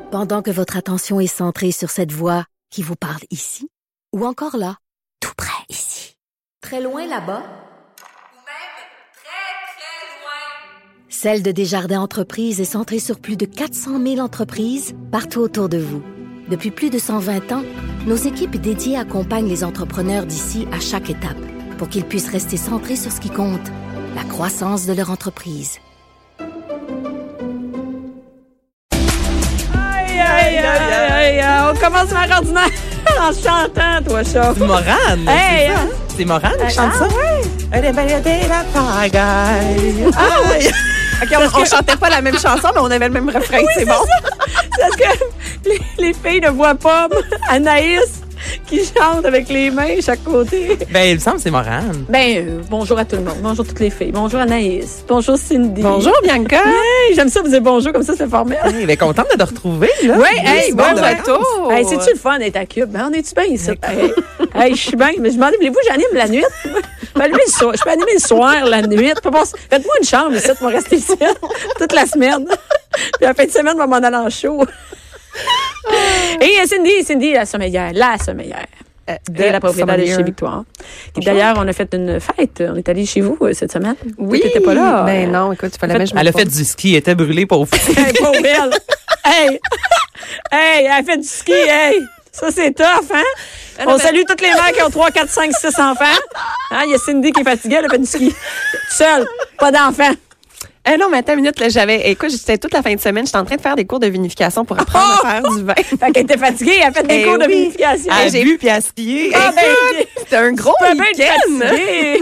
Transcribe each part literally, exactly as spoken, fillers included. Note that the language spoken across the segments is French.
Pendant que votre attention est centrée sur cette voix qui vous parle ici, ou encore là, tout près ici, très loin là-bas, ou même très, très loin, Celle de Desjardins Entreprises est centrée sur plus de quatre cent mille entreprises partout autour de vous. Depuis plus de cent vingt ans, nos équipes dédiées accompagnent les entrepreneurs d'ici à chaque étape pour qu'ils puissent rester centrés sur ce qui compte, la croissance de leur entreprise. Aïe, aïe, aïe, aïe, on commence ma ordinaire en chantant, toi, chat. C'est Morane. Hey, c'est ça. C'est Morane qui chante ah, ça? Ouais. Elle est baladée la pagaille. Ah, oui. OK, on, on chantait pas la même chanson, mais on avait le même refrain. Oui, c'est, c'est bon. C'est parce que les, les filles ne voient pas Anaïs qui chante avec les mains chaque côté. Ben, il me semble que c'est Morane. Ben, euh, bonjour à tout le monde. Bonjour toutes les filles. Bonjour Anaïs. Bonjour Cindy. Bonjour, Bianca. Hey, j'aime ça vous dire bonjour, comme ça, c'est formel. Hey, ben, contente de te retrouver, là. Oui, hey, bon de retour. Hey, c'est-tu le fun d'être à Cube? Ben, on est-tu bien ici? Hey, hey, je suis bien. Mais je me demandais, voulez-vous, j'anime la nuit? Je peux animer le soir, je peux animer le soir, la nuit. Faites-moi une chambre ici, pour rester ici toute la semaine. Puis la fin de semaine, on va m'en aller en show. Et euh, Cindy, Cindy, la sommeillère, la sommeillère. Euh, de la propriétaire de chez Victoire. Et d'ailleurs, on a fait une fête. On est allé chez vous euh, cette semaine. Oui. Tu n'étais pas là. Ben non, écoute, il fallait fait, mettre. Elle a fait du ski, elle était brûlée pour Hey, pauvre elle. Hey! Hey, elle a fait du ski, hey! Ça, c'est tough, hein? Elle on salue toutes les mères qui ont trois, quatre, cinq, six enfants. Hein? Il y a Cindy qui est fatiguée, elle a fait du ski. Seule, pas d'enfants. Eh non, mais attends une minute, là, j'avais, écoute, j'étais toute la fin de semaine, j'étais en train de faire des cours de vinification pour apprendre oh! à faire du vin. Fait qu'elle était fatiguée, elle a fait des eh cours oui. de vinification. Elle a bu puis elle a skié. Ah, ben, c'était un gros tu peux bien week-end. être fatiguée.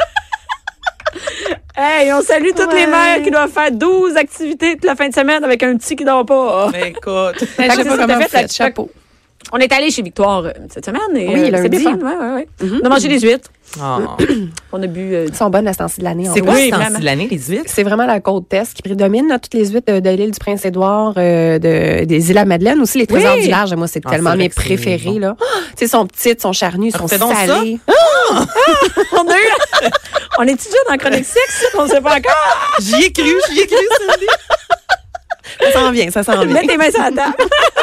Hey, on salue toutes ouais. les mères qui doivent faire douze activités toute la fin de semaine avec un petit qui dort pas. Ben, écoute. Je sais pas comment vous faites, chapeau. On est allé chez Victoire euh, cette semaine. Et, oui, euh, lundi. c'est bien fun. Ouais, ouais, ouais. Mm-hmm. On a mangé des huîtres. Oh. On a bu... Euh, Ils sont bonnes à ce temps-ci de l'année. C'est en quoi oui, ce temps-ci vraiment. de l'année, les huîtres? C'est vraiment la côte est qui prédomine, là, toutes les huîtres de, de l'île du Prince-Édouard, euh, de, des îles à Madeleine, aussi les trésors oui. du large. Moi, c'est Ah, tellement c'est mes vrai que c'est préférés, bon. là. Oh, tu sais, sont petites, sont charnues, sont Refais donc salées. on a eu... on est-tu déjà dans Chronique Six? On ne sait pas encore. J'y ai cru, j'y ai cru, Cindy. Ça s'en vient, ça s'en vient. Mets tes mains sur la table.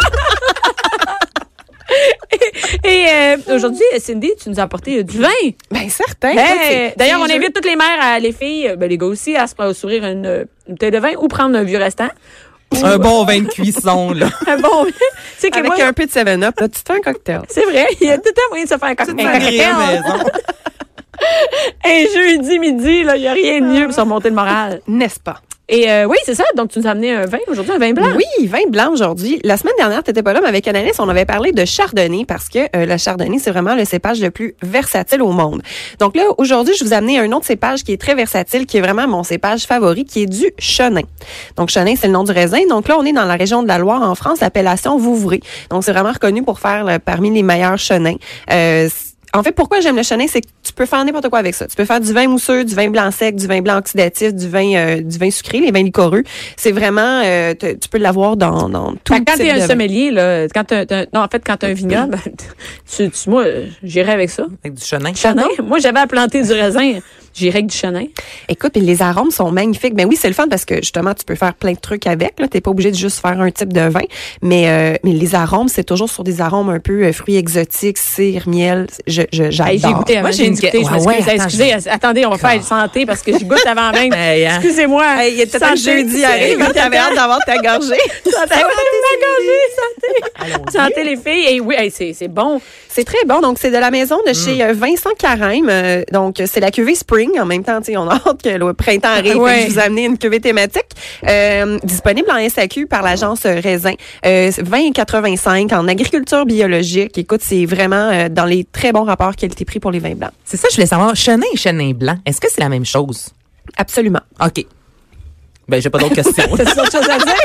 Et, et euh, aujourd'hui, Cindy, tu nous as apporté euh, du vin. Ben, certain. Hey, d'ailleurs, on c'est invite toutes les mères, à, les filles, ben, les gars aussi, à se s'ouvrir une, une bouteille de vin ou prendre un vieux restant. Un bon vin de cuisson, là. Un bon vin. C'est que avec moi, un peu de seven up, là, tu te fais un cocktail. c'est vrai, il y a tout le temps moyen de se faire un cocktail. Un grillé à la maison. Un jeudi midi, là, il n'y a rien de mieux pour se remonter le moral. N'est-ce pas? Et euh, oui, c'est ça. Donc, tu nous as amené un vin aujourd'hui, un vin blanc. Oui, vin blanc aujourd'hui. La semaine dernière, tu n'étais pas là, mais avec Anaïs, on avait parlé de chardonnay parce que euh, le chardonnay, c'est vraiment le cépage le plus versatile au monde. Donc là, aujourd'hui, je vous ai amené un autre cépage qui est très versatile, qui est vraiment mon cépage favori, qui est du chenin. Donc, chenin, c'est le nom du raisin. Donc là, on est dans la région de la Loire, en France, l'appellation Vouvray. Donc, c'est vraiment reconnu pour faire là, parmi les meilleurs chenins. Euh, En fait, pourquoi j'aime le chenin, c'est que tu peux faire n'importe quoi avec ça. Tu peux faire du vin mousseux, du vin blanc sec, du vin blanc oxydatif, du vin euh, du vin sucré, les vins liquoreux. C'est vraiment, euh, te, tu peux l'avoir dans, dans tout Fait que quand type t'es un de vin. sommelier, là, quand t'as, t'as- non, en fait, quand t'as un vignoble, tu, tu, moi, j'irais avec ça. Avec du chenin. Chenin. Moi, j'avais à planter du raisin. J'irais avec du chenin. Écoute, puis les arômes sont magnifiques. Ben oui, c'est le fun parce que justement, tu peux faire plein de trucs avec. Là, t'es pas obligé de juste faire un type de vin, mais euh, mais les arômes, c'est toujours sur des arômes un peu euh, fruits exotiques, cire, miel. Je, je j'adore. Hey, j'ai goûté avant. Moi, j'ai j'ai une goûté. que- Je ouais, m'excuse. ouais, Hey, attends, excusez. Attendez, on va faire santé parce que je goûte avant même. Hey, hein. Excusez-moi. Hey, il était temps que Santé. jeudi arrive. T'avais hâte d'avoir ta gorgée. Santé. Santé. Santé. Santé, les filles. Et oui, hey, c'est, c'est bon. C'est très bon. Donc, c'est de la maison de chez euh, Vincent Carême. Euh, donc, c'est la cuvée Spring. En même temps, tu sais, on a hâte que le printemps arrive. Ouais. Fait que je vous ai amené une cuvée thématique. Euh, disponible en S A Q par l'agence Raisin. Euh, vingt quatre-vingt-cinq en agriculture biologique. Écoute, c'est vraiment euh, dans les très bons rapports qualité-prix pour les vins blancs. C'est ça, je voulais savoir. Chenin et chenin blanc, est-ce que c'est la même chose? Absolument. OK. Ben, j'ai pas d'autres questions. T'as autre chose à dire?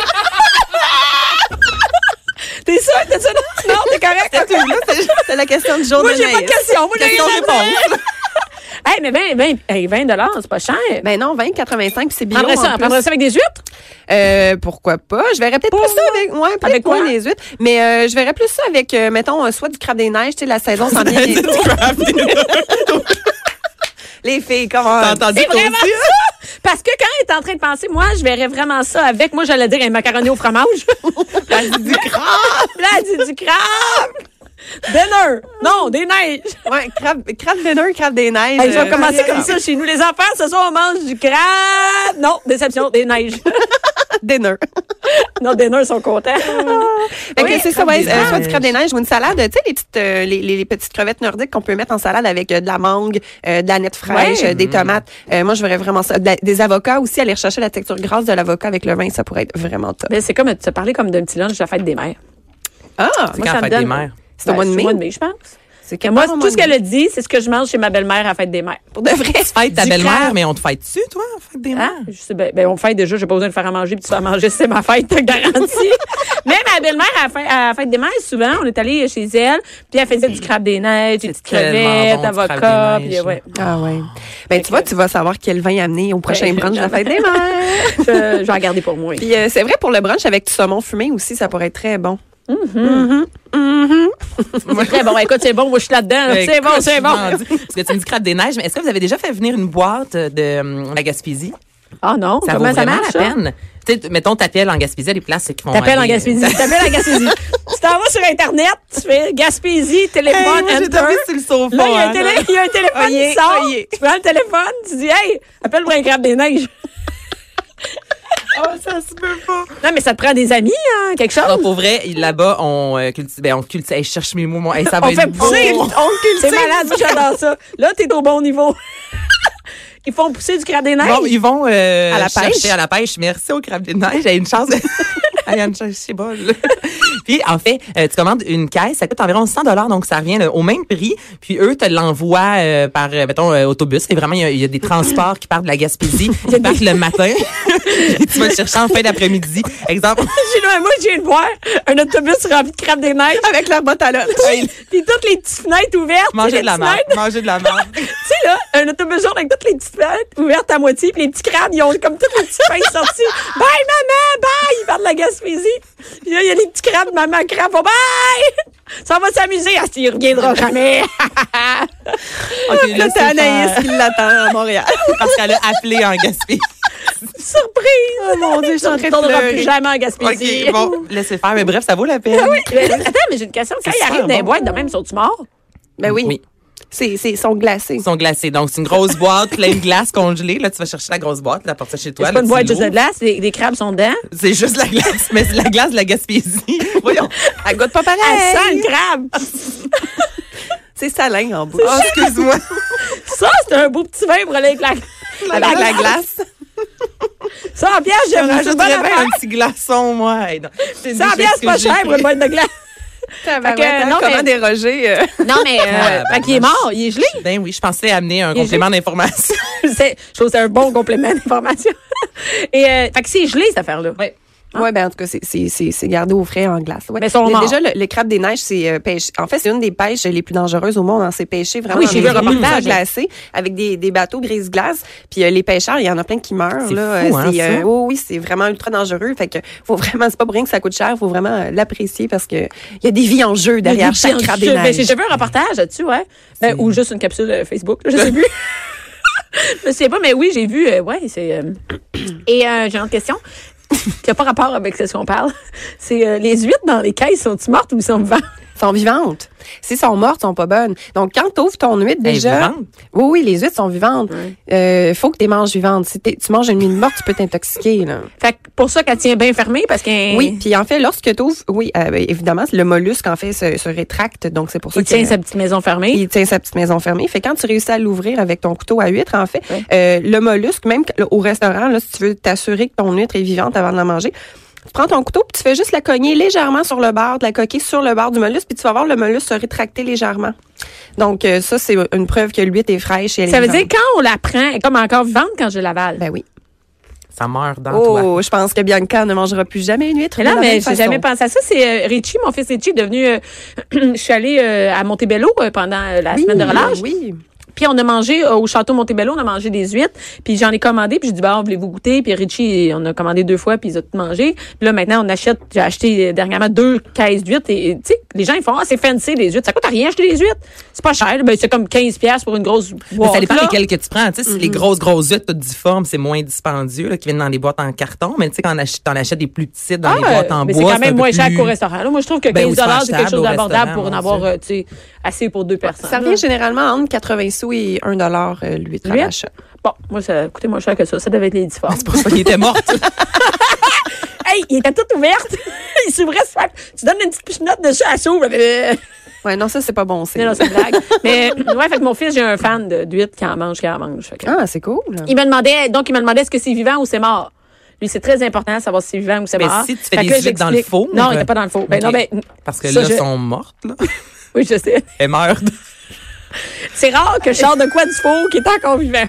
T'es sûr? T'es sûr? Non, t'es correct. C'est la question du jour Moi, de j'ai pas de Naïs. question. Moi, j'ai Question rien à réponse. dire. Hey, mais vingt, vingt, hey, vingt dollars, c'est pas cher. Ben non, vingt quatre-vingt-cinq puis c'est bio Prendrais en ça, plus. prendrais ça avec des huîtres? Euh, pourquoi pas? Je verrais peut-être Pour plus ça moi. avec, ouais, peut-être Avec moins quoi? les huîtres, mais euh, je verrais plus ça avec, euh, mettons, euh, soit du crabe des neiges, tu sais, la saison s'en vient bientôt. Les filles, comment? T'as entendu C'est toi vraiment aussi? ça! Parce que quand elle est en train de penser, moi, je verrais vraiment ça avec, moi, j'allais dire un macaroni au fromage. Elle dit du crabe. Là, elle dit du crabe. Dinner. Non, des neiges. Ouais, crabe, crabe dinner, crabe des neiges. Hey, je vais Euh, commencer crabe- comme ça chez nous. Les enfants, ce soir, on mange du crabe. Non, déception, des neiges. Dinner. Non, dinner, ils sont contents. Fait que Oui, c'est ça, crabe ouais, des euh, soit du neiges. crabe des neiges ou une salade. Tu sais, les petites, euh, les, les, les petites crevettes nordiques qu'on peut mettre en salade avec euh, de la mangue, euh, de la nette fraîche, Ouais. euh, des tomates. Euh, moi, je verrais vraiment ça. De la- des avocats aussi, aller rechercher la texture grasse de l'avocat avec le vin, ça pourrait être vraiment top. Ben, c'est comme, tu as parlé comme d'un petit lunch de la fête des mères. Ah, C'est Moi, quand ça la me fête des donne- mères. c'est au mois de c'est mai. au mois de mai, je pense. C'est Que moi, tout ce qu'elle a dit, c'est ce que je mange chez ma belle-mère à la fête des mères. Pour de vrai. Fête ta Du belle-mère, crabe. mais on te fête dessus, toi, fête des Hein? mères? Je sais, ben, ben, on fête déjà, j'ai pas besoin de faire à manger, puis tu vas manger, c'est ma fête, t'as garanti. Mais ma belle-mère, à la fête, à la fête des mères, souvent, on est allé chez elle, puis elle faisait du crabe des neiges, des petites tellement crevettes, bon, du avocats, crabe des puis neiges. ouais. Ah ouais. Ben, tu vois, tu vas savoir quel vin amener au prochain Ben, brunch de la fête des mères. Je, je vais en garder pour moi. Puis euh, c'est vrai pour le brunch avec du saumon fumé aussi, ça pourrait être très bon. C'est très bon. Écoute, c'est bon, moi, je suis là-dedans. là. C'est bon, Écoute, c'est je bon. m'en dis. Parce que tu me dis crabe des neiges, mais est-ce que vous avez déjà fait venir une boîte de hum, la Gaspésie? Ah non, Ça vaut comment ça vraiment marche, la ça? peine. Tu sais, mettons, t'appelles en Gaspésie, les places qui vont T'appelles en aller- Gaspésie. T'appelles en Gaspésie. Tu t'en vas sur Internet, tu fais Gaspésie, téléphone, Hey, moi, j'ai enter. dormi sur le sofa. Là, il y a un, hein. télé- il y a un téléphone Oyez, qui sort. oyez. Tu prends le téléphone, tu dis, hey, appelle-moi un crabe des neiges. Oh, ça se peut pas. Non, mais ça te prend des amis, hein, quelque chose. Non, pour vrai, là-bas, on euh, cultive, ben, on cultive, hey, je cherche mes mots, moi. Hey, ça va On être fait pousser, beau. on cultive. C'est malade, moi, j'adore ça. Là, t'es au bon niveau. Ils font pousser du crabe des neiges. Bon, ils vont euh, À la chercher pêche. à la pêche. Merci au crabe des neiges. J'ai une chance. Hey, une chance, je sais pas. là. Puis, en fait, euh, tu commandes une caisse, ça coûte environ cent dollars, donc ça revient là, au même prix. Puis, eux te l'envoient euh, par, euh, mettons, euh, autobus. Et vraiment, il y, a- il y a des transports qui partent de la Gaspésie, qui partent le matin. Et tu vas le chercher en fin d'après-midi. Exemple. Chez nous, moi, je viens de voir un autobus rempli de crabe des neiges. Avec leur botte à lunch. Puis toutes les petites fenêtres ouvertes. tu sais, Manger les de la petites merde. fenêtres. Manger de la merde. Tu sais, là, un autobus jaune avec toutes les petites fenêtres ouvertes à moitié, puis les petits crabes, ils ont comme toutes les petites feuilles sorties. Bye, maman, bye! Ils partent de la Gaspésie. Puis là, il y a les petits crabes, maman crabe, oh, bye! Ça va s'amuser. Ah, il reviendra jamais. Ok, Là, laissez c'est Anaïs faire. qui l'attend à Montréal. Parce qu'elle a appelé en Gaspésie. Surprise! Oh mon Dieu, je suis en train de On ne pleurer. plus jamais en Gaspésie. OK, bon, laissez faire. Mais bref, ça vaut la peine. Ah oui. Mais attends, mais j'ai une question. Quand C'est ils arrivent super dans les bon. boîtes de même, sont-ils morts? Ben oui. Oui. C'est, c'est, ils sont glacés. Ils sont glacés. Donc, c'est une grosse boîte pleine de glace congelée. Là, tu vas chercher la grosse boîte, la porter chez toi. C'est pas là, une tu boîte juste de l'ouvres. glace, les, les crabes sont dedans. C'est juste la glace, mais c'est la glace de la Gaspésie. Voyons. Elle goûte pas pareil. Elle sent le crabe. C'est salin en bouche. Oh, excuse-moi. Ça, c'est un beau petit vin pour aller avec la, Avec la glace. Ça, en pièce, Je j'aime c'est une bonne rajouterais bien affaire. un petit glaçon, moi. Hey, non. C'est Ça, en une pièce, c'est pas que j'ai cher pour une pris. boîte de glace. Tabarouette, Fait que, hein, non, comment mais- déroger? euh, Non, mais, euh, Ah, fait qu'il est mort, il est gelé. Ben oui, je pensais amener un Il est complément d'information. C'est, je trouve que c'est un bon complément d'information. Et, euh, fait que c'est gelé, cette affaire-là. Ouais. Ouais, ben en tout cas, c'est, c'est, c'est, c'est gardé au frais en glace. Ouais. Mais ils sont Mais morts. déjà, le, le crabe des neiges, c'est euh, pêche. En fait, c'est une des pêches les plus dangereuses au monde. Hein. C'est pêché vraiment Oui, dans j'ai des vu un zones reportage. glacées avec des, des bateaux grise-glace. Puis euh, les pêcheurs, il y en a plein qui meurent. C'est là. fou, Euh, hein, c'est, ça? euh, oh, oui, c'est vraiment ultra dangereux. Fait que faut vraiment, c'est pas pour rien que ça coûte cher. Faut vraiment euh, l'apprécier parce que il y a des vies en jeu derrière Il y a chaque des crabe petits des enjeux. Ben, neiges. j'ai déjà vu un reportage là-dessus, ouais. Ben, ou juste une capsule euh, Facebook, là, je sais plus. Je sais pas, mais oui, j'ai vu, euh, ouais, c'est... euh, Et euh, j'ai une autre question qui n'a pas rapport avec ce qu'on parle. C'est euh, les huîtres dans les caisses, sont-ils mortes ou sont vivantes? Sont vivantes. Si sont mortes, sont pas bonnes. Donc, quand tu ouvres ton huître, Elle est déjà. vivante? Oui, oui, les huîtres sont vivantes. Il euh, faut que tu les manges vivantes. Si t'es- tu manges une huître morte, tu peux t'intoxiquer, là. Fait que pour ça qu'elle tient bien fermée, parce qu'elle... Oui, puis en fait, lorsque tu ouvres, oui, euh, ben, évidemment, le mollusque, en fait, se, se rétracte. Donc, c'est pour ça il que. tient sa petite maison fermée. Il tient sa petite maison fermée. Fait que quand tu réussis à l'ouvrir avec ton couteau à huître, en fait, Ouais. euh, le mollusque, même que- au restaurant, là, si tu veux t'assurer que ton huître est vivante avant de la manger, tu prends ton couteau puis tu fais juste la cogner légèrement sur le bord de la coquille, sur le bord du mollusque, puis tu vas voir le mollusque se rétracter légèrement. Donc, euh, ça, c'est une preuve que l'huître est fraîche et elle Ça est veut dire vivante. quand on la prend, elle est comme encore vivante quand je l'avale. Ben oui. Ça meurt dans toi. Oh, je pense que Bianca ne mangera plus jamais une huître. Mais de là, la mais même j'ai façon. jamais pensé à ça. C'est euh, Richie, mon fils Richie, est devenu... euh, je suis allée euh, à Montebello euh, pendant euh, la Oui, semaine de relâche. Oui. Puis on a mangé euh, au château Montebello, on a mangé des huîtres, puis j'en ai commandé, puis j'ai dit bah voulez-vous goûter, puis Richie on a commandé deux fois, puis ils ont tout mangé. Puis là maintenant on achète, j'ai acheté euh, dernièrement deux caisses d'huîtres et et, tu sais les gens, ils font, ah, c'est fancy, les huîtres. Ça coûte rien acheter les huîtres. C'est pas cher. Ben, c'est comme quinze piastres pour une grosse Mais boîte. ça dépend là. lesquelles que tu prends. Tu sais, si les grosses, grosses huîtres, toutes difformes, c'est moins dispendieux, là, qui viennent dans les boîtes en carton. Mais tu sais, quand on achète, t'en achètes des plus petites dans Ah, les boîtes en mais bois. c'est quand même un peu moins cher plus- qu'au restaurant. Là, moi, je trouve que Ben, quinze ou c'est dollars, c'est quelque achetable chose au d'abordable restaurant, pour en mon avoir, Dieu. euh, tu sais, assez pour deux personnes. Ça revient généralement entre quatre-vingts sous et un dollar euh, l'huître à L'huître? l'achat. Bon, moi, ça coûtait moins cher que ça. Ça devait être les difformes. C'est pour ça qu'il était mort. Hey, il était tout ouverte. Il s'ouvrait super. Tu donnes une petite pichenote dessus, elle s'ouvre. Euh, Ouais, non, ça, c'est pas bon. Non, non, c'est une blague. Mais, ouais, fait que mon fils, j'ai un fan de- d'huîtres qui en mange, qui en mange. Fait que- Ah, c'est cool. Il me demandait, donc, il me demandait est-ce que c'est vivant ou c'est mort. Lui, c'est très important de savoir si c'est vivant ou c'est Mais mort. si tu fais Fait des que là, huîtres dans le j'explique- four, Non, euh, il était pas dans le four. Ben, ok. non, ben, Parce que ça, là, je- elles sont mortes, là. oui, je sais. Elles meurent. C'est rare que je sors de quoi du four qui est encore vivant.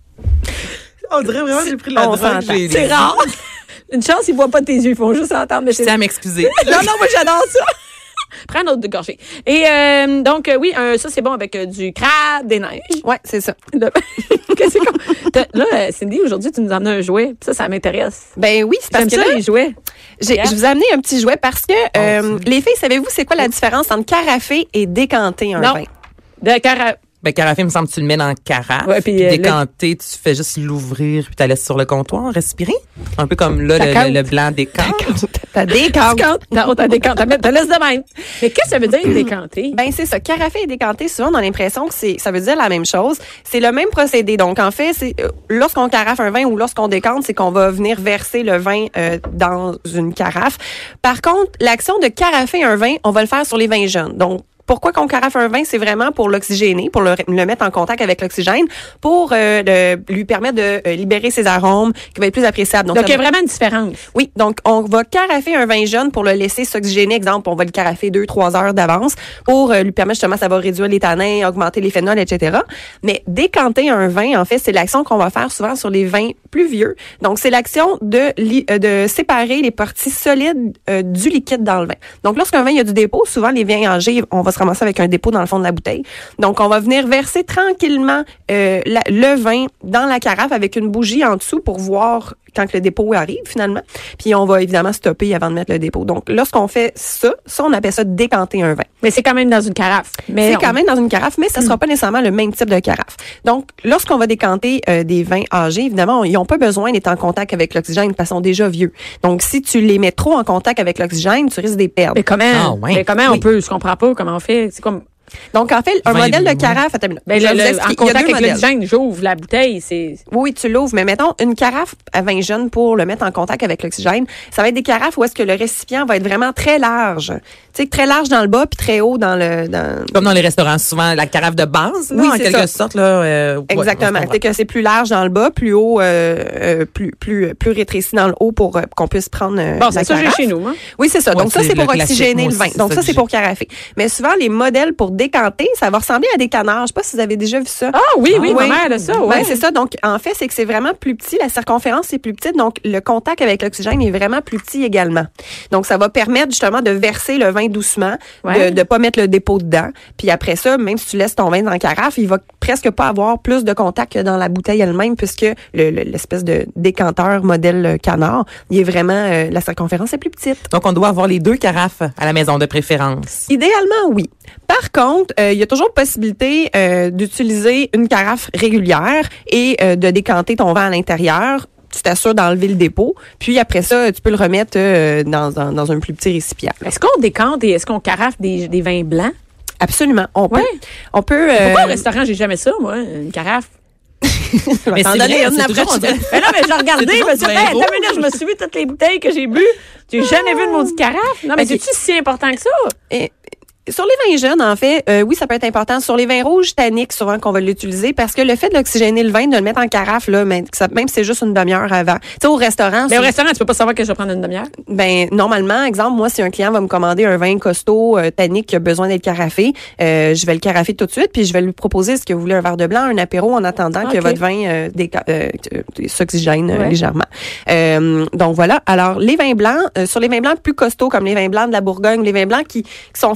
On dirait vraiment que j'ai pris la drogue, j'ai- C'est rare. Une chance, ils voient pas tes yeux. Ils font juste entendre. Mais Je tiens à m'excuser. Non, non, moi, j'adore ça. Prends un autre de gorgée. Et euh, donc, euh, oui, euh, ça, c'est bon avec euh, du crabe, des neiges. Ouais, c'est ça. Le- Qu'est-ce qu'on... T'as- Là, euh, Cindy, aujourd'hui, tu nous as amené un jouet. Ça, ça m'intéresse. Ben oui, c'est parce J'aime que ça, là, les jouets. j'ai- Yeah. je vous ai amené un petit jouet parce que euh, Oh, les filles, savez-vous c'est quoi la différence entre carafer et décanter un Non. vin? De cara... Ben, carafé, il me semble que tu le mets dans le carafe. Ouais, puis, puis euh, décanté, tu fais juste l'ouvrir, puis tu la laisses sur le comptoir, respirer. Un peu comme là, Ça le, compte. le, le blanc décante. T'as décanté. Décante. Non, t'as décante. T'as t'as laisse de même. Mais qu'est-ce que ça veut dire, décanter? Ben c'est ça. Carafer et décanter, souvent on a l'impression que c'est, ça veut dire la même chose. C'est le même procédé. Donc en fait, c'est euh, lorsqu'on carafe un vin ou lorsqu'on décante, c'est qu'on va venir verser le vin euh, dans une carafe. Par contre, l'action de carafer un vin, on va le faire sur les vins jeunes. Donc pourquoi qu'on carafe un vin, c'est vraiment pour l'oxygéner, pour le, le mettre en contact avec l'oxygène, pour euh, le- lui permettre de euh, libérer ses arômes, qui va être plus appréciable. Donc, ça il y a va- vraiment une différence. Oui, donc on va carafer un vin jeune pour le laisser s'oxygéner. Exemple, on va le carafer deux, trois heures d'avance pour euh, lui permettre justement, ça va réduire les tanins, augmenter les phénols, et cetera. Mais décanter un vin, en fait, c'est l'action qu'on va faire souvent sur les vins plus vieux. Donc, c'est l'action de, li- euh, de séparer les parties solides euh, du liquide dans le vin. Donc, lorsqu'un vin il y a du dépôt, souvent les vins âgés, on va se ramasser avec un dépôt dans le fond de la bouteille. Donc, on va venir verser tranquillement euh, la- le vin dans la carafe avec une bougie en dessous pour voir quand le dépôt arrive finalement. Puis on va évidemment stopper avant de mettre le dépôt. Donc lorsqu'on fait ça, ça on appelle ça décanter un vin. Mais c'est quand même dans une carafe. Mais C'est on- quand même dans une carafe, mais ça sera pas nécessairement le même type de carafe. Donc lorsqu'on va décanter euh, des vins âgés, évidemment, ils n'ont pas besoin d'être en contact avec l'oxygène parce qu'ils sont déjà vieux. Donc si tu les mets trop en contact avec l'oxygène, tu risques de les perdre. Mais comment? Ah, ouais. Mais comment Oui. on peut? Je comprends pas comment on fait. C'est comme. Donc en fait, un Vin modèle de bleu. carafe, attends une minute. Ben, Je le- vais vous le- expliquer. en Il y a contact deux avec modèles. l'oxygène, j'ouvre la bouteille, c'est. Oui, tu l'ouvres, mais mettons une carafe à vin jeune pour le mettre en contact avec l'oxygène, ça va être des carafes où est-ce que le récipient va être vraiment très large. Tu sais, très large dans le bas puis très haut dans le dans Comme dans les restaurants, souvent, la carafe de base, là, Oui, en c'est quelque ça. sorte. Là, euh, ouais, Exactement. on se C'est que c'est plus large dans le bas, plus haut, euh, euh, plus plus plus rétréci dans le haut pour euh, qu'on puisse prendre euh, Bon, la c'est ça que j'ai carafe. chez nous, hein? Oui, c'est ça. Ouais, Donc ça, c'est c'est le pour classique, oxygéner moi le vin. aussi, c'est Donc ça ça, que c'est j'ai. pour carafer. Mais souvent, les modèles pour décanter, ça va ressembler à des canards. Je sais pas si vous avez déjà vu ça. Ah oui, oui, Ah, ma oui. mère a ça, ouais. Ben, c'est ça. Donc, en fait, c'est que c'est vraiment plus petit. La circonférence est plus petite. Donc, le contact avec l'oxygène est vraiment plus petit également. Donc, ça va permettre justement de verser le vin doucement, Ouais. de ne pas mettre le dépôt dedans. Puis après ça, même si tu laisses ton vin dans la carafe, il va presque pas avoir plus de contact que dans la bouteille elle-même puisque le- le- l'espèce de décanteur modèle euh, canard, il est vraiment, euh, la circonférence est plus petite. Donc, on doit avoir les deux carafes à la maison de préférence. Idéalement, oui. Par contre, euh, il y a toujours possibilité euh, d'utiliser une carafe régulière et euh, de décanter ton vin à l'intérieur. Tu t'assures d'enlever le dépôt. Puis après ça, tu peux le remettre euh, dans, un, dans un plus petit récipient. Est-ce qu'on décante et est-ce qu'on carafe des, des vins blancs? Absolument. On peut. Ouais. On peut. euh, Pourquoi au restaurant, j'ai jamais ça, moi, une carafe? je vais Mais t'en c'est donner vrai, une c'est après, toujours, on tu dirait- vas- Mais non, mais j'ai regardé, C'est je me toujours suis du dit, vin hey, attends rouge. une minute, je me suis vu toutes les bouteilles que j'ai bu. J'ai jamais vu une maudite carafe. Non, mais Ok. c'est-tu si important que ça? Et- sur les vins jeunes, en fait, euh, oui, ça peut être important. Sur les vins rouges tanniques, souvent qu'on va l'utiliser parce que le fait d'oxygéner le vin, de le mettre en carafe, là, même, ça- même si c'est juste une demi-heure avant. Tu sais, au restaurant, Mais au c'est- restaurant, tu peux pas savoir que je vais prendre une demi-heure. ben normalement, exemple, moi, si un client va me commander un vin costaud euh, tannique qui a besoin d'être carafé, euh, je vais le carafer tout de suite, puis je vais lui proposer est-ce que vous voulez un verre de blanc, un apéro en attendant que Ok. votre vin euh, déca- euh, euh, s'oxygène euh, Ouais. légèrement. Euh, donc voilà. Alors les vins blancs, euh, sur les vins blancs plus costauds comme les vins blancs de la Bourgogne, les vins blancs qui, qui sont faits vraiment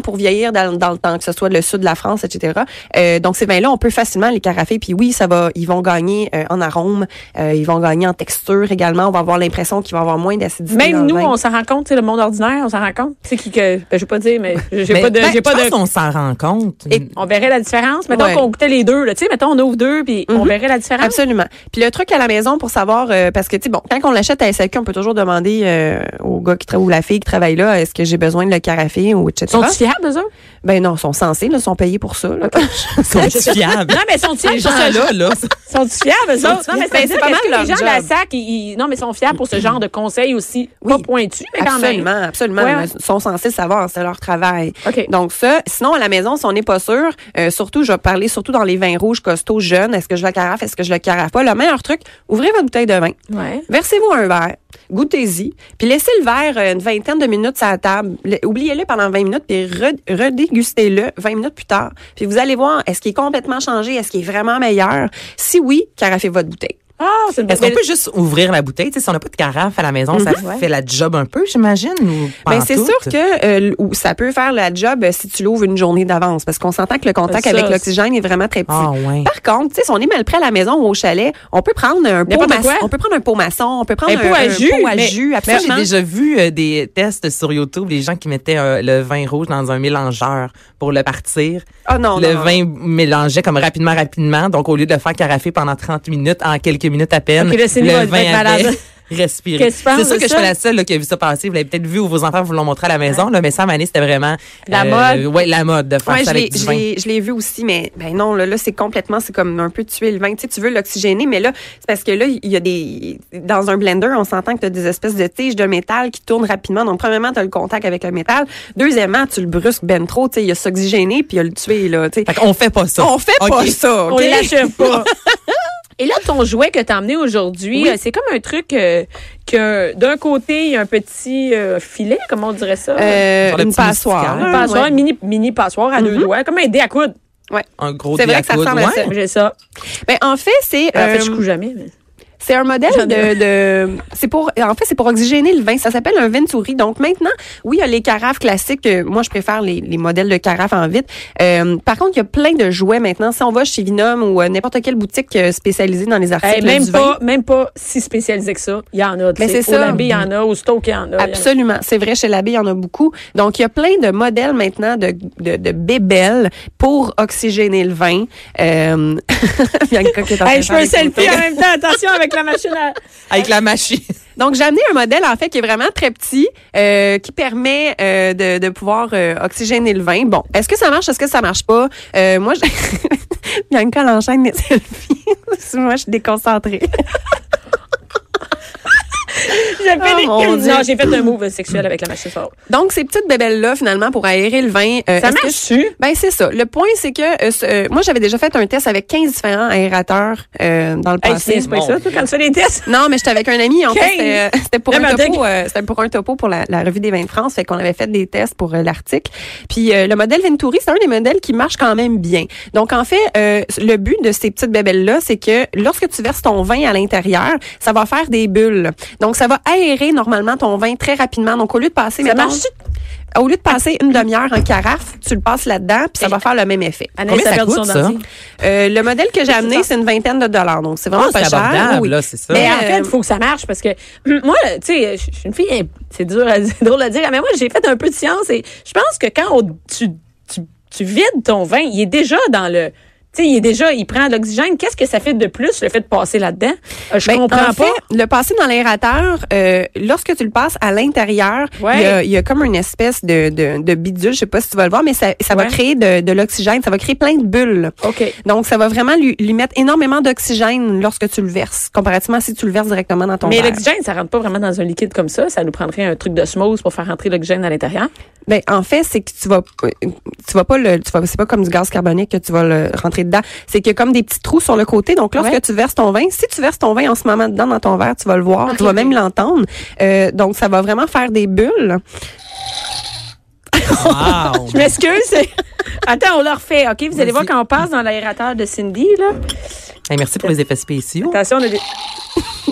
pour vieillir dans, dans le temps, que ce soit le sud de la France, et cetera. Euh, donc, ces vins-là, on peut facilement les carafer. Puis oui, ça va, ils vont gagner euh, en arôme, euh, ils vont gagner en texture également. On va avoir l'impression qu'il va y avoir moins d'acidité. Même dans nous, le vin. on s'en rend compte, tu sais, le monde ordinaire, on s'en rend compte. C'est qui que, ben, je vais pas dire, mais j'ai Mais, pas de, ben, j'ai pas je de. pense qu'on s'en rend compte. Et on verrait la différence. Mettons Ouais. qu'on goûtait les deux, là. Tu sais, mettons, on ouvre deux, puis on Mhm. verrait la différence. Absolument. Puis le truc à la maison pour savoir, euh, parce que, tu sais, bon, quand on l'achète à S A Q, on peut toujours demander euh, au gars qui travaille ou la fille qui travaille là, est-ce que j'ai besoin de le carafer ou et cetera. Sont-ils fiables, eux autres? Ben non, ils sont censés, là, ils sont payés pour ça. Là. Sont fiables. Non, mais sont-ils Ces fiables pour ce gens-là, là. Sont-ils fiables, eux autres? Non, mais Ben, c'est c'est pas pas mal mal les gens leur de la job. S A C, ils, ils- non, mais sont fiables pour ce genre de conseils aussi. Pas Oui. pointus, mais quand Absolument, même. absolument. Ouais, ouais. Ils sont censés savoir, c'est leur travail. OK. Donc ça, sinon à la maison, si on n'est pas sûr, euh, surtout, je vais parler surtout dans les vins rouges costauds jeunes, est-ce que je le carafe, est-ce que je le carafe pas? Le meilleur truc, ouvrez votre bouteille de vin, Ouais. versez-vous un verre, goûtez-y, puis laissez le verre euh, une vingtaine de minutes à la table. Le- oubliez-le pendant vingt minutes, puis re- redégustez-le vingt minutes plus tard. Puis vous allez voir, est-ce qu'il est complètement changé, est-ce qu'il est vraiment meilleur? Si oui, carafez votre bouteille. Ah, c'est une Est-ce qu'on belle- peut juste ouvrir la bouteille? Tu sais, si on n'a pas de carafe à la maison, ça Ouais. fait la job un peu, j'imagine? Ou Ben pas c'est en sûr tout? que euh, ou ça peut faire la job euh, si tu l'ouvres une journée d'avance parce qu'on s'entend que le contact Ça, avec c'est- l'oxygène est vraiment très petit. Ah, ouais. Par contre, tu sais, si on est mal près à la maison ou au chalet, on peut prendre un pot N'importe maçon, quoi. on peut prendre un pot maçon, on peut prendre Un un, pot à un jus, pot à mais- jus, Mais absolument. j'ai déjà vu euh, des tests sur YouTube, des gens qui mettaient euh, le vin rouge dans un mélangeur pour le partir. Ah non, le non, vin mélangeait comme rapidement, rapidement. Donc, au lieu de le faire carafer pendant trente minutes, en quelques minutes à peine, Ok, là, Cindy va être malade. respiré. Qu'est-ce que tu penses C'est sûr de que je ça? suis pas la seule là, qui a vu ça passer. Vous l'avez peut-être vu ou vos enfants vous l'ont montré à la maison, là, mais ça, Mané, c'était vraiment La euh, mode. Ouais, la mode de faire Ouais, ça je l'ai, avec du je vin. l'ai, je l'ai vu aussi, mais ben non, là, là c'est complètement, c'est comme un peu tuer le vin. Tu sais, tu veux l'oxygéner, mais là, c'est parce que là, il y a des, dans un blender, on s'entend que tu as des espèces de tiges de métal qui tournent rapidement. Donc, premièrement, tu as le contact avec le métal. Deuxièmement, tu le brusques ben trop. Tu sais, il y a s'oxygéner puis il y a le tuer, là. Tu sais. Fait qu'on fait pas ça. On fait pas Ok. ça, On OK? les l'achève pas. Et là, ton jouet que t'as amené aujourd'hui, Oui. euh, c'est comme un truc euh, que d'un côté, il y a un petit euh, filet, comment on dirait ça? Euh, Genre le une petit passoire. moustiquaire. une là, passoire, ouais. une mini, mini passoire à deux doigts, comme un dé à coude. Un gros C'est vrai que ça diacoud, ressemble à ouais. ça. J'ai ça. Ben, en fait, c'est, En fait, euh, je couds jamais. Mais... c'est un modèle J'en ai de, de, c'est pour, en fait, c'est pour oxygéner le vin. Ça s'appelle un Venturi. Donc, maintenant, oui, il y a les carafes classiques. Euh, Moi, je préfère les, les modèles de carafes en vitre. Euh, par contre, il y a plein de jouets maintenant. Si on va chez Vinum ou euh, n'importe quelle boutique euh, spécialisée dans les articles Hey, même du vin. pas, même pas si spécialisé que ça. Il y en a. tu Ben, sais. c'est Au ça. Labé, il y en a. Au Stoke, il y en a. Il y en a. Absolument. C'est vrai, chez l'abbé, il y en a beaucoup. Donc, il y a plein de modèles maintenant de, de, de bébelles pour oxygéner le vin. Euh... Bianca qui est en train Hey, de je faire fais un des selfie photos. en même temps. Attention avec la machine à... Avec la machine. Donc, j'ai amené un modèle, en fait, qui est vraiment très petit, euh, qui permet euh, de, de pouvoir euh, oxygéner le vin. Bon, est-ce que ça marche? Est-ce que ça marche pas? Euh, moi, je... Bianca, elle enchaîne les selfies. Moi, je suis déconcentrée. J'ai fait Oh, des mon crimes. Dieu. Non, j'ai fait un move sexuel avec la machine forte. Donc, ces petites bébelles-là, finalement, pour aérer le vin... euh, Ça est-ce que marche-tu? Ben c'est ça. Le point, c'est que euh, ce- euh, moi, j'avais déjà fait un test avec quinze différents aérateurs euh, dans le Hey, passé. c'est pas ça, toi, quand tu fais des tests? Non, mais j'étais avec un ami. En fait, quinze. c'était, euh, c'était pour Non, un mais topo. attends. euh, c'était pour un topo pour la, la revue des vins de France. Fait qu'on avait fait des tests pour euh, l'article. Puis euh, le modèle Venturi, c'est un des modèles qui marche quand même bien. Donc en fait, euh, le but de ces petites bébelles là, c'est que lorsque tu verses ton vin à l'intérieur, ça va faire des bulles. Donc ça va aérer normalement ton vin très rapidement. Donc au lieu de passer, Ça mettons, marche-tu? au lieu de passer une demi-heure en carafe, tu le passes là-dedans, puis ça va faire le même effet. Anaïs Combien a ça perdu coûte, son ça? dentier. Euh, le modèle que j'ai amené, c'est une vingtaine de dollars. Donc c'est vraiment Ah, pas c'est cher. abordable, Oui. là, c'est ça. Mais Mais, en fait, euh, il faut que ça marche parce que moi, tu sais, je suis une fille, c'est dur à dire, drôle à dire, mais moi, j'ai fait un peu de science et je pense que quand on- tu, tu, tu vides ton vin, il est déjà dans le... Tu sais, il est déjà, il prend de l'oxygène. Qu'est-ce que ça fait de plus, le fait de passer là-dedans? Euh, je Ben, comprends en pas. fait, le passer dans l'aérateur, euh, lorsque tu le passes à l'intérieur, il Ouais. y, a, il y a comme une espèce de, de, de bidule, je sais pas si tu vas le voir, mais ça, ça va Ouais. créer de, de l'oxygène, ça va créer plein de bulles. OK. Donc, ça va vraiment lui, lui mettre énormément d'oxygène lorsque tu le verses, comparativement à si tu le verses directement dans ton Mais verre. l'oxygène, ça rentre pas vraiment dans un liquide comme ça. Ça nous prendrait un truc d'osmose pour faire rentrer l'oxygène à l'intérieur. Ben, en fait, c'est que tu vas, tu vas pas le, tu vas, c'est pas comme du gaz carbonique que tu vas le rentrer dedans. C'est qu'il y a comme des petits trous sur le côté. Donc, lorsque Ouais. tu verses ton vin, si tu verses ton vin en ce moment dedans dans ton verre, tu vas le voir, Ok, tu vas ok. même l'entendre. Euh, donc, ça va vraiment faire des bulles. Wow. Je m'excuse. c'est- Attends, on le refait. OK, vous allez Vas-y. voir quand on passe dans l'aérateur de Cindy, là. Hey, merci pour les effets spéciaux. Attention, on a des...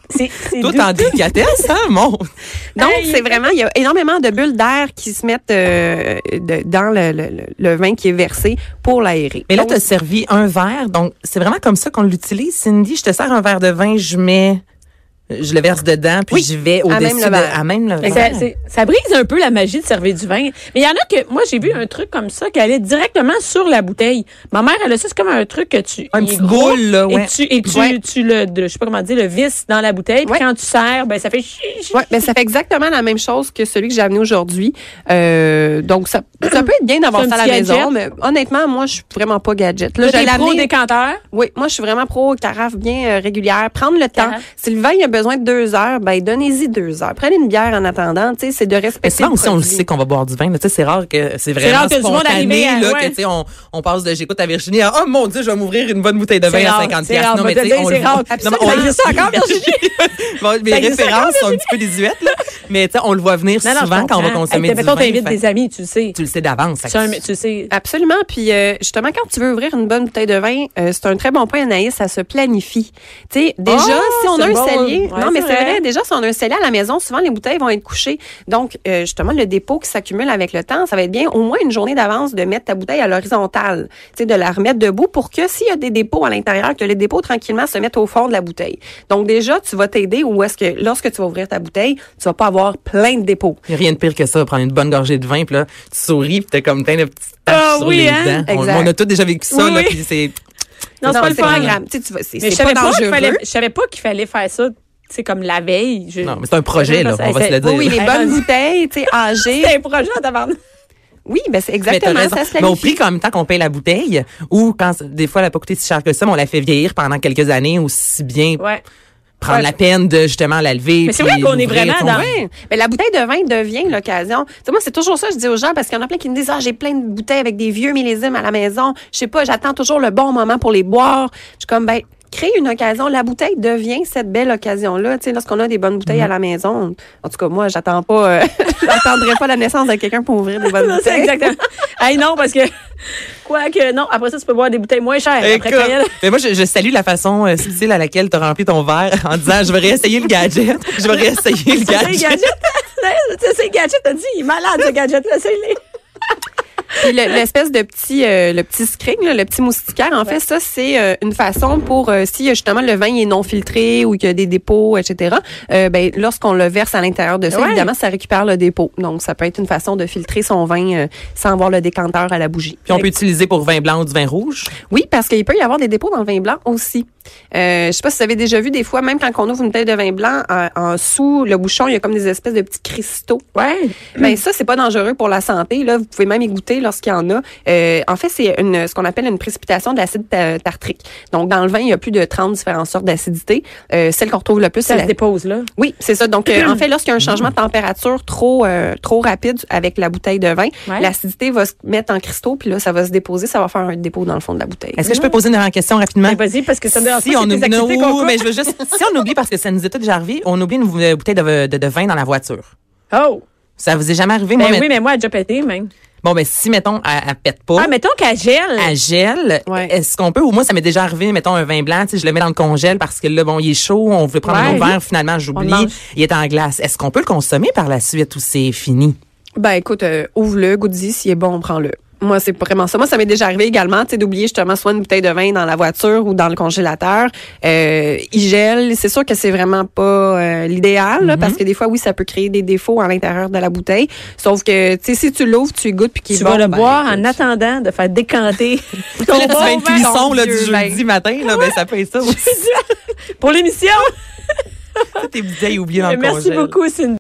C'est, c'est Tout douteux. en délicatesse, hein, mon. Donc, Hey. c'est vraiment, il y a énormément de bulles d'air qui se mettent euh, de- dans le, le, le- le vin qui est versé pour l'aérer. Mais là, Donc, tu as servi un verre, donc c'est vraiment comme ça qu'on l'utilise. Cindy, je te sers un verre de vin, je mets, je le verse dedans, puis Oui, je vais à au-dessus même le de, verre. à même le Ça, verre. c'est- ça brise un peu la magie de servir du vin. Mais il y en a que, moi, j'ai vu un truc comme ça qui allait directement sur la bouteille. Ma mère, elle a ça, c'est comme un truc que tu. Un il petit est gros, boule, là, ouais. Et tu, et tu, Ouais. tu le, de- je sais pas comment dire, le vis dans la bouteille. Puis Ouais. quand tu sers, ben, ça fait chi, chi. Ouais, ben ça fait exactement la même chose que celui que j'ai amené aujourd'hui. Euh, donc ça, ça peut être bien d'avoir C'est un ça à la petit maison, gadget. mais honnêtement, moi je suis vraiment pas gadget. Là, Là, je t'es l'ai pro amené- décanteur. Oui, moi je suis vraiment pro carafe bien euh, régulière. Prendre le temps. Carafe. Si le vin il a besoin de deux heures, ben donnez-y deux heures. Prenez une bière en attendant. Tu sais, c'est de Mais respecter. souvent le aussi, on le produit. sait qu'on va boire du vin. là. Tu sais, c'est rare que c'est vraiment rare que du monde spontané, arrive à- là, ouais. que tu sais, on, on passe de j'écoute à Virginie à oh mon Dieu, je vais m'ouvrir une bonne bouteille de C'est vin à rare, cinquante c'est piastres. rare, Non, on mais va tu te sais, dire, on c'est le rare. voit. Non, mais on Ça le- existe encore, Virginie? Bon, mes Ça existe références encore, sont un petit peu désuètes, là. Mais tu sais, on le voit venir Non, non, je souvent quand on va comprends. consommer Hey, du mettons, vin. t'invites fait- des amis, tu le sais. Tu le sais d'avance. fait C'est un- que- tu sais. Absolument. Puis euh, justement, quand tu veux ouvrir une bonne bouteille de vin, euh, c'est un très bon point, Anaïs, ça se planifie. Tu sais, déjà, Oh, si on c'est a un bon. cellier, Ouais, non mais c'est c'est vrai. vrai, déjà si on a un cellier à la maison, souvent les bouteilles vont être couchées. Donc euh, justement, le dépôt qui s'accumule avec le temps, ça va être bien au moins une journée d'avance de mettre ta bouteille à l'horizontale, tu sais, de la remettre debout pour que s'il y a des dépôts à l'intérieur, que les dépôts tranquillement se mettent au fond de la bouteille. Donc déjà, tu vas t'aider ou est-ce que lorsque tu vas ouvrir ta bouteille, tu vas pas avoir plein de dépôts. Il n'y a rien de pire que ça, prendre une bonne gorgée de vin, puis là, tu souris, puis t'as comme plein de petites taches Ah sur oui, les hein? dents. On, Exact. on a tous déjà vécu ça, Oui, là, oui. puis c'est... Non, c'est pas le c'est fun. grave. Tu sais, tu vas- c'est Mais je c'est pas savais pas qu'il dangereux. fallait, je savais pas qu'il fallait faire ça, c'est comme la veille. Je- Non, mais c'est un projet, là, on va se le dire. Oui, oui, les Hey, bonnes vas-y. bouteilles, tu sais, âgées. C'est un projet en tabarnak. Oui, ben c'est Mais t'as exactement raison. ça se Mais au planifie. prix qu'en même temps qu'on paye la bouteille, ou quand des fois elle n'a pas coûté si cher que ça, mais on l'a fait vieillir pendant quelques années, aussi bien Ouais. prendre Ouais. la peine de justement la lever. Mais c'est puis vrai qu'on est l'ouvrir, vraiment ton- dans- Oui, mais la bouteille de vin devient l'occasion. Tu sais, moi, c'est toujours ça, je dis aux gens, parce qu'il y en a plein qui me disent, ah, j'ai plein de bouteilles avec des vieux millésimes à la maison. Je sais pas, j'attends toujours le bon moment pour les boire. Je suis comme, ben, crée une occasion. La bouteille devient cette belle occasion-là. Tu sais, lorsqu'on a des bonnes bouteilles à la maison. En tout cas, moi, j'attends pas, euh, j'attendrai pas la naissance de quelqu'un pour ouvrir des bonnes Non, c'est bouteilles. exactement. Hey, non, parce que, quoi que, non, après ça, tu peux boire des bouteilles moins chères. Après, Écoute, quand il y a- mais moi, je, je salue la façon euh, subtile à laquelle tu as rempli ton verre en disant je vais réessayer le gadget. Je vais réessayer le C'est ça, le gadget. gadget. C'est le gadget, t'as dit, il est malade, ce gadget-là, c'est les. Puis le- l'espèce de petit euh, le petit screen, là, le petit moustiquaire, en fait, ça c'est euh, une façon pour euh, si justement le vin est non filtré ou qu'il y a des dépôts, et cetera. Euh, ben lorsqu'on le verse à l'intérieur de ça, Ouais. évidemment, ça récupère le dépôt. Donc ça peut être une façon de filtrer son vin euh, sans avoir le décanteur à la bougie. Puis on peut utiliser pour vin blanc ou du vin rouge. Oui, parce qu'il peut y avoir des dépôts dans le vin blanc aussi. Euh, je sais pas si vous avez déjà vu des fois, même quand on ouvre une bouteille de vin blanc, en, en sous le bouchon, il y a comme des espèces de petits cristaux. Ouais. Ben ça, c'est pas dangereux pour la santé. Là, vous pouvez même y goûter lorsqu'il y en a. Euh, en fait, c'est une ce qu'on appelle une précipitation de l'acide ta- tartrique. Donc, dans le vin, il y a plus de trente différentes sortes d'acidité. Euh, celle qu'on retrouve le plus, Ça c'est se la... dépose, là. Oui, c'est ça. Donc, euh, en fait, lorsqu'il y a un changement de température trop euh, trop rapide avec la bouteille de vin, Ouais. l'acidité va se mettre en cristaux, puis là, ça va se déposer, ça va faire un dépôt dans le fond de la bouteille. Est-ce que je peux poser une dernière question rapidement? Mais vas-y, parce que ça me dérange Si pas, on c'est tes oublie, activités non, qu'on mais coupe. je veux juste, si on oublie parce que ça nous est tout déjà arrivé, on oublie une euh, bouteille de, de, de vin dans la voiture. Oh! Ça vous est jamais arrivé? Ben Moi, oui, mais- mais moi, elle a déjà pété, même. Bon, ben si, mettons, elle, elle pète pas. Ah, mettons qu'elle gèle. Elle gèle. Ouais. Est-ce qu'on peut, ou moi, ça m'est déjà arrivé, mettons, un vin blanc, tu sais, je le mets dans le congèle parce que là, bon, il est chaud, on veut prendre Ouais. un autre verre, finalement, On le j'oublie, mange. il est en glace. Est-ce qu'on peut le consommer par la suite ou c'est fini? Ben écoute, euh, ouvre-le, goûte-y, s'il est bon, prends-le. Moi, c'est vraiment ça. Moi, ça m'est déjà arrivé également, tu sais, d'oublier justement soit une bouteille de vin dans la voiture ou dans le congélateur. Euh, il gèle. C'est sûr que c'est vraiment pas euh, l'idéal, là, parce que des fois, oui, ça peut créer des défauts à l'intérieur de la bouteille. Sauf que, tu sais, si tu l'ouvres, tu y goûtes puis qu'il est Tu bon, vas le ben, boire en écoute. attendant de faire décanter Là, ton du bon vin de vin. cuisson, là, du vieux jeudi vin. matin, là, ben, ça peut être ça aussi. Pour l'émission. Tes bouteilles oubliées dans le Merci congèle. beaucoup, Cindy.